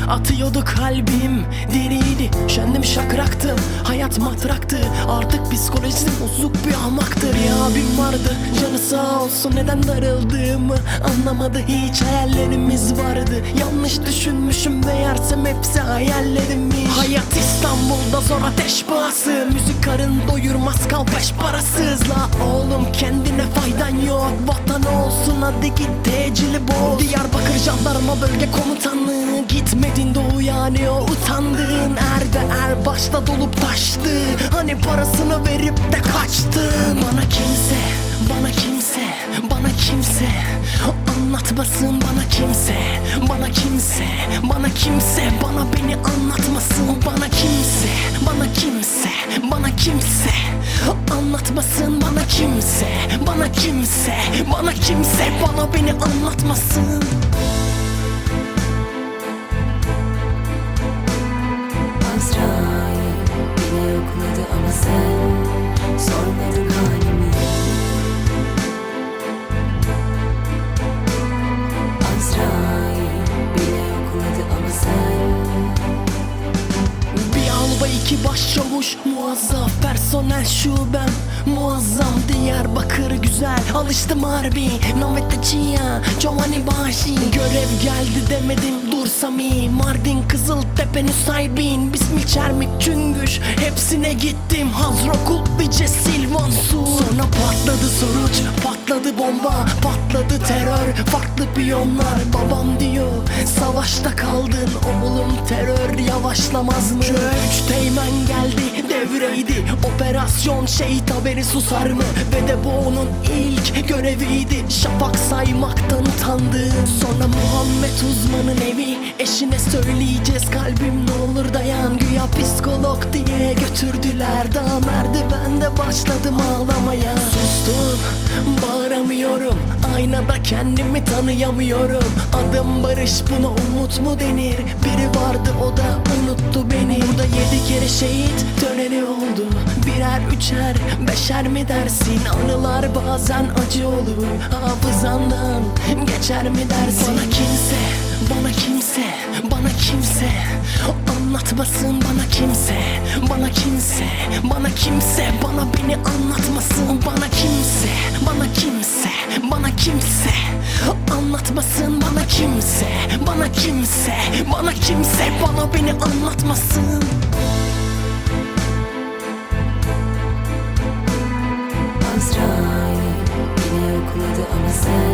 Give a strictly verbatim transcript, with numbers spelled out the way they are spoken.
Atıyordu kalbim, diriydi, şendim şakraktım. Hayat matraktı, artık psikolojisi bozuk bir ahmaktır. Ya abim vardı, canı sağ olsun, neden darıldığımı anlamadı. Hiç hayallerimiz vardı, yanlış düşünmüşüm meğersem hepsi hayallerimmiş. Hayat İstanbul'da zor, ateş pahası. Müzik karın doyurmaz, kal beş parasız. La oğlum kendine faydan yok, vatan olsun hadi git tecili boz. Diyarbakır Jandarma Bölge Komutanlığı, gitmedin doğu yani o utandığın erde er başta dolup taştı. Hani parasını verip de kaçtın. Bana kimse, bana kimse, bana kimse anlatmasın, bana kimse, bana kimse, bana kimse, bana beni anlatmasın. Bana kimse, bana kimse, bana kimse anlatmasın. Bana kimse, bana kimse, bana kimse, bana beni anlatmasın. Azrail bile yokladı ama sen sormadın halimi. Azrail bile yokladı ama sen. Bir albay, iki başçavuş, muazzaf personel şubem, muazzam Diyarbakır güzel, alıştım harbi. Nöbette Çiğya, Giovanni Bashi. Görev geldi demedim Dursami, Mardin, Kızıltepe, Nusaybin, Bismil, Çermik, Çüngüş, hepsine gittim. Hazrokul, Bice, Silvan, Sur. Sonra patladı Suruç, patladı bomba, patladı terör, farklı piyonlar. Babam diyor savaşta kaldın oğlum, terör yavaşlamaz mı? Şu üç teğmen geldi devreydi, operasyon şehit haberi susar mı? Ve de bu onun ilk göreviydi, şafak saymaktan utandım. Sonra Muhammed uzmanın evi, eşine söyleyeceğiz kalbim ne olur dayan. Güya psikolog diye götürdüler, daha merdivende başladım ağlamaya. Sustum, bağıramıyorum, aynada kendimi tanıyamıyorum. Adım Barış, buna umut mu denir? Biri vardı o da unuttu beni. Burada yedi kere şehit töreni oldu, birer üçer beşer mi dersin? Anılar bazen acı olur, hafızandan geçer mi dersin? Bana kimse, bana kimse, bana kimse anlatmasın. Bana kimse, bana kimse, bana kimse, bana beni anlatmasın. Bana kimse, bana kimse, bana kimse anlatmasın. Bana kimse, bana kimse, bana kimse, bana beni anlatmasın. Azrail bile yokladı ama sen